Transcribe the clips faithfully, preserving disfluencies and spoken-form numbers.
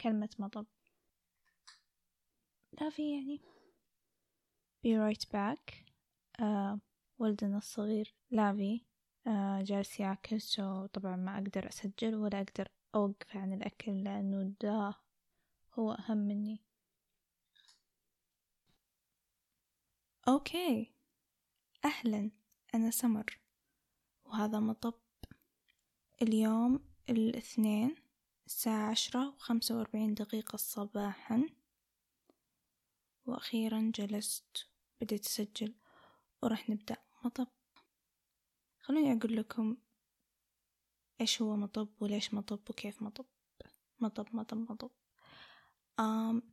كلمة مطب. لا في يعني be right back. آه ولدنا الصغير لافي آه جالس يأكل، سو طبعا ما أقدر أسجل ولا أقدر أوقف عن الأكل لأنه ده هو أهم مني. أوكي، أهلا، أنا سمر وهذا مطب. اليوم الاثنين الساعة عشرة وخمسة وأربعين دقيقة صباحا، وأخيرا جلست بديت أسجل وراح نبدأ مطب. خلوني أقول لكم إيش هو مطب وليش مطب وكيف مطب. مطب مطب مطب أم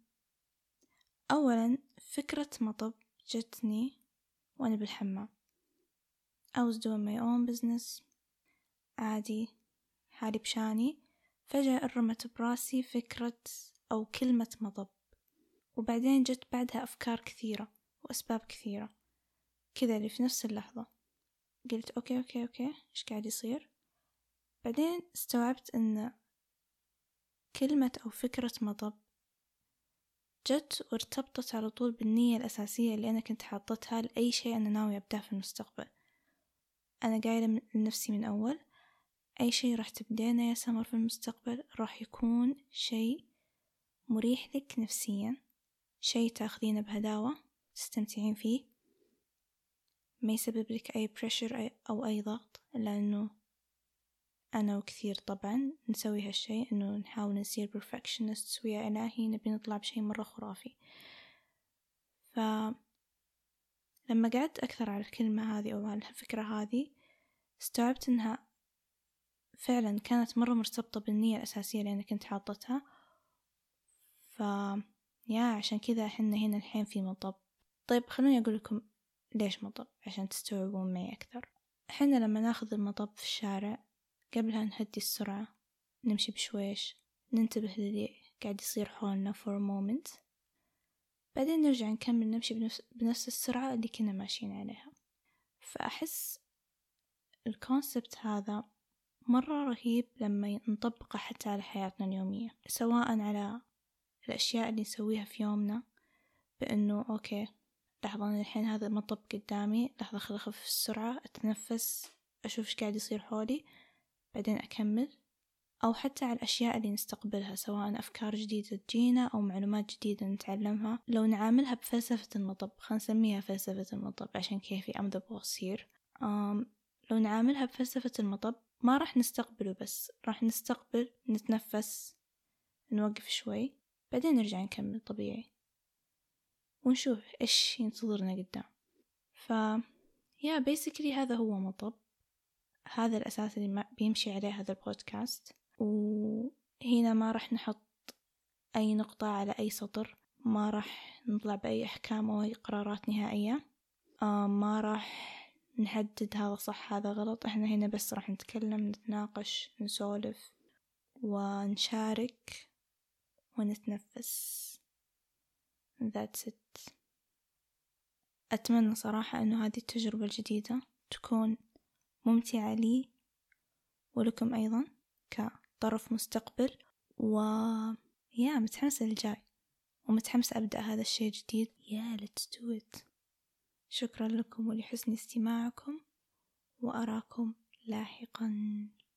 أولا فكرة مطب جتني وأنا بالحمام. I was doing my own business عادي، حالي بشاني، فجأة رمت براسي فكرة أو كلمة مطب، وبعدين جت بعدها أفكار كثيرة وأسباب كثيرة كذا اللي في نفس اللحظة. قلت أوكي أوكي أوكي إيش قاعد يصير؟ بعدين استوعبت أن كلمة أو فكرة مطب جت وارتبطت على طول بالنية الأساسية اللي أنا كنت حاطتها لأي شيء أنا ناوي أبدأ في المستقبل. أنا قايلة لنفسي من أول أي شيء راح تبدينه يا سمر في المستقبل راح يكون شيء مريح لك نفسيا، شيء تاخذينه بهداوة تستمتعين فيه، ما يسبب لك أي بريشر أو أي ضغط، لأنه أنا وكثير طبعا نسوي هالشيء، إنه نحاول نصير perfectionists ويا إلهي نبي نطلع بشيء مرة خرافي. فلما قعدت أكثر على الكلمة هذه أو على الفكرة هذه استوعبت إنها فعلا كانت مرة مرتبطة بالنية الأساسية اللي أنا كنت حاطتها. ف يا عشان كذا إحنا هنا الحين في مطب. طيب خلوني أقول لكم ليش مطب عشان تستوعبون معي أكثر. إحنا لما ناخذ المطب في الشارع قبلها نهدي السرعة، نمشي بشويش، ننتبه للي قاعد يصير حولنا for a moment، بعدين نرجع نكمل نمشي بنفس, بنفس السرعة اللي كنا ماشيين عليها. فأحس الكونسبت هذا مرة رهيب لما نطبقه حتى على حياتنا اليومية، سواء على الأشياء اللي نسويها في يومنا، بأنه أوكي لحظة أنا الحين هذا مطب قدامي، لحظة خل أخفف السرعة، أتنفس، أشوف إيش قاعد يصير حولي، بعدين أكمل. أو حتى على الأشياء اللي نستقبلها، سواء أفكار جديدة تجينا أو معلومات جديدة نتعلمها، لو نعاملها بفلسفة المطب، خلينا نسميها فلسفة المطب عشان كيفي I'm the boss here. um, لو نعاملها بفلسفة المطب ما راح نستقبله بس، راح نستقبل، نتنفس، نوقف شوي، بعدين نرجع نكمل طبيعي ونشوف إيش ينتظرنا قدام. ف يا basically هذا هو مطب، هذا الأساس اللي بيمشي عليه هذا البودكاست. وهنا ما راح نحط أي نقطة على أي سطر، ما راح نطلع بأي أحكام أو أي قرارات نهائية، آه ما راح نحدد هذا صح هذا غلط. إحنا هنا بس راح نتكلم، نتناقش، نسولف ونشارك ونتنفس. That's it. أتمنى صراحة أنه هذه التجربة الجديدة تكون ممتعة لي ولكم أيضا كطرف مستقبل، و يا متحمسة للجاي ومتحمسة أبدأ هذا الشيء الجديد. يا let's do it. شكرا لكم ولحسن استماعكم، وأراكم لاحقا.